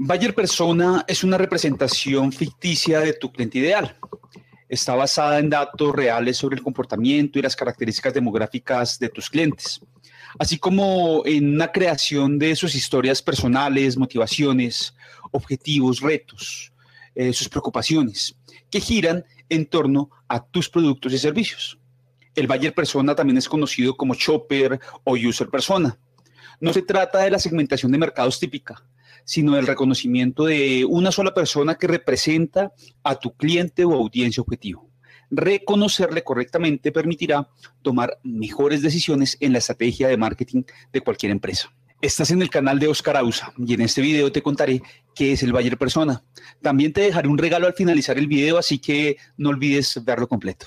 Buyer Persona es una representación ficticia de tu cliente ideal. Está basada en datos reales sobre el comportamiento y las características demográficas de tus clientes, así como en una creación de sus historias personales, motivaciones, objetivos, retos, sus preocupaciones, que giran en torno a tus productos y servicios. El Buyer Persona también es conocido como Shopper o User Persona. No se trata de la segmentación de mercados típica, sino del reconocimiento de una sola persona que representa a tu cliente o audiencia objetivo. Reconocerle correctamente permitirá tomar mejores decisiones en la estrategia de marketing de cualquier empresa. Estás en el canal de Oscar Ausa y en este video te contaré qué es el Buyer Persona. También te dejaré un regalo al finalizar el video, así que no olvides verlo completo.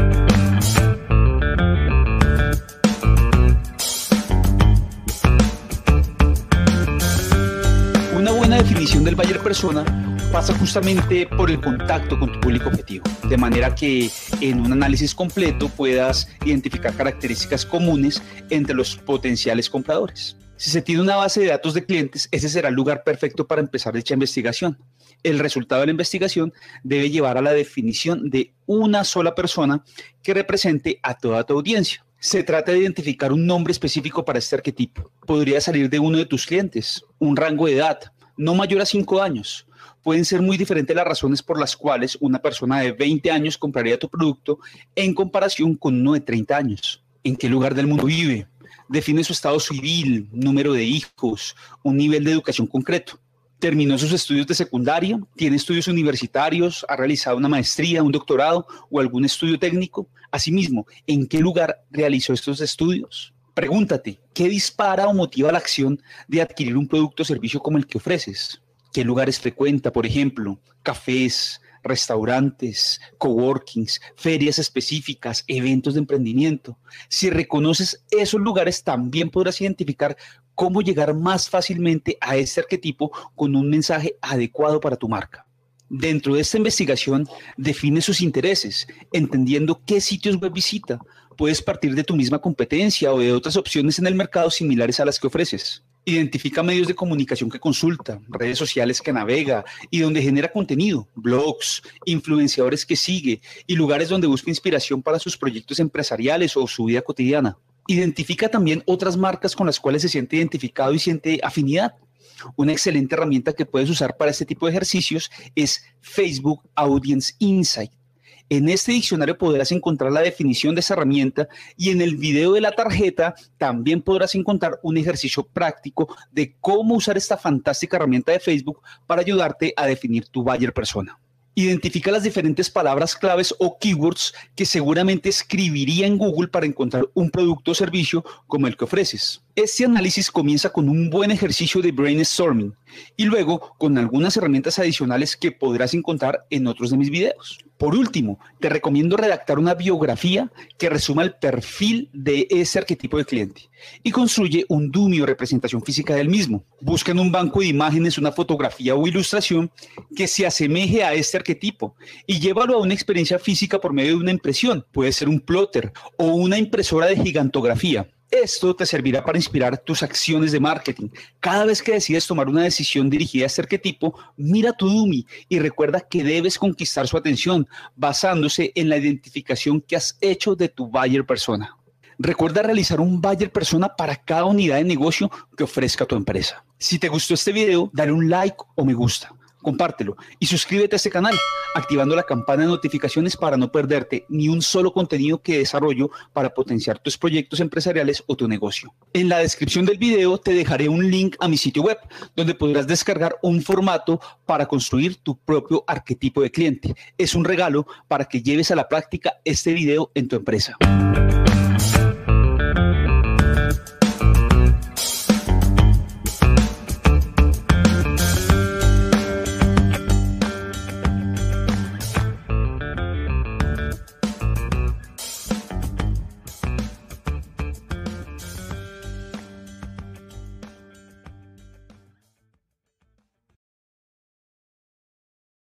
Una buena definición del Buyer Persona pasa justamente por el contacto con tu público objetivo, de manera que en un análisis completo puedas identificar características comunes entre los potenciales compradores. Si se tiene una base de datos de clientes, ese será el lugar perfecto para empezar dicha investigación. El resultado de la investigación debe llevar a la definición de una sola persona que represente a toda tu audiencia. Se trata de identificar un nombre específico para este arquetipo. Podría salir de uno de tus clientes, un rango de edad, no mayor a 5 años. Pueden ser muy diferentes las razones por las cuales una persona de 20 años compraría tu producto en comparación con uno de 30 años. ¿En qué lugar del mundo vive? Define su estado civil, número de hijos, un nivel de educación concreto. ¿Terminó sus estudios de secundaria? ¿Tiene estudios universitarios? ¿Ha realizado una maestría, un doctorado o algún estudio técnico? Asimismo, ¿en qué lugar realizó estos estudios? Pregúntate, ¿qué dispara o motiva la acción de adquirir un producto o servicio como el que ofreces? ¿Qué lugares frecuenta, por ejemplo? Cafés, restaurantes, coworkings, ferias específicas, eventos de emprendimiento. Si reconoces esos lugares, también podrás identificar cómo llegar más fácilmente a este arquetipo con un mensaje adecuado para tu marca. Dentro de esta investigación, define sus intereses, entendiendo qué sitios web visita. Puedes partir de tu misma competencia o de otras opciones en el mercado similares a las que ofreces. Identifica medios de comunicación que consulta, redes sociales que navega y donde genera contenido, blogs, influenciadores que sigue y lugares donde busca inspiración para sus proyectos empresariales o su vida cotidiana. Identifica también otras marcas con las cuales se siente identificado y siente afinidad. Una excelente herramienta que puedes usar para este tipo de ejercicios es Facebook Audience Insight. En este diccionario podrás encontrar la definición de esa herramienta y en el video de la tarjeta también podrás encontrar un ejercicio práctico de cómo usar esta fantástica herramienta de Facebook para ayudarte a definir tu Buyer Persona. Identifica las diferentes palabras claves o keywords que seguramente escribiría en Google para encontrar un producto o servicio como el que ofreces. Este análisis comienza con un buen ejercicio de brainstorming y luego con algunas herramientas adicionales que podrás encontrar en otros de mis videos. Por último, te recomiendo redactar una biografía que resuma el perfil de ese arquetipo de cliente y construye un dummy o representación física del mismo. Busca en un banco de imágenes una fotografía o ilustración que se asemeje a este arquetipo y llévalo a una experiencia física por medio de una impresión. Puede ser un plotter o una impresora de gigantografía. Esto te servirá para inspirar tus acciones de marketing. Cada vez que decides tomar una decisión dirigida a este arquetipo, mira tu dummy y recuerda que debes conquistar su atención basándose en la identificación que has hecho de tu Buyer Persona. Recuerda realizar un Buyer Persona para cada unidad de negocio que ofrezca tu empresa. Si te gustó este video, dale un like o me gusta. Compártelo y suscríbete a este canal, activando la campana de notificaciones para no perderte ni un solo contenido que desarrollo para potenciar tus proyectos empresariales o tu negocio. En la descripción del video te dejaré un link a mi sitio web, donde podrás descargar un formato para construir tu propio arquetipo de cliente. Es un regalo para que lleves a la práctica este video en tu empresa.